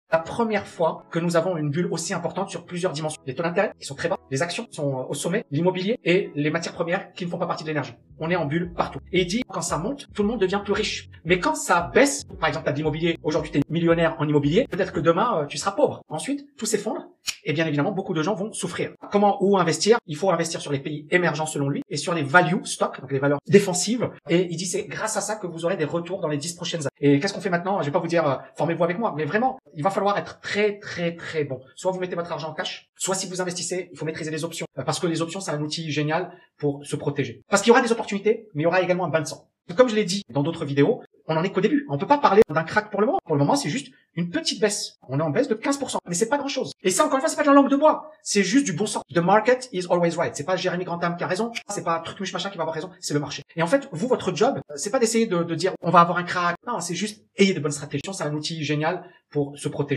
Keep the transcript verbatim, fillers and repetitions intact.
La première fois que nous avons une bulle aussi importante sur plusieurs dimensions. Les taux d'intérêt qui sont très bas, les actions sont au sommet, l'immobilier et les matières premières qui ne font pas partie de l'énergie. On est en bulle partout. Et il dit, quand ça monte, tout le monde devient plus riche. Mais quand ça baisse, par exemple, tu as de l'immobilier, aujourd'hui tu es millionnaire en immobilier, peut-être que demain tu seras pauvre. Ensuite, tout s'effondre et bien évidemment, beaucoup de gens vont souffrir. Comment, où investir? Il faut investir sur les pays émergents selon lui et sur les value stocks, donc les valeurs défensives. Et il dit, c'est grâce à ça que vous aurez des retours dans les dix prochaines années. Et qu'est-ce qu'on fait maintenant? Je vais pas vous dire, euh, formez-vous avec moi, mais vraiment, il va falloir être très, très, très bon. Soit vous mettez votre argent en cash, soit si vous investissez, il faut maîtriser les options. Parce que les options, c'est un outil génial pour se protéger. Parce qu'il y aura des opportunités, mais il y aura également un bain de sang. Comme je l'ai dit dans d'autres vidéos, on n'en est qu'au début. On peut pas parler d'un crack pour le moment. Pour le moment, c'est juste une petite baisse. On est en baisse de quinze pour cent. Mais c'est pas grand chose. Et ça, encore une fois, c'est pas de la langue de bois. C'est juste du bon sens. The market is always right. C'est pas Jérémy Grantham qui a raison. C'est pas Trucmuche machin qui va avoir raison. C'est le marché. Et en fait, vous, votre job, c'est pas d'essayer de, de dire on va avoir un crack. Non, c'est juste ayez de bonnes stratégies. C'est un outil génial pour se protéger.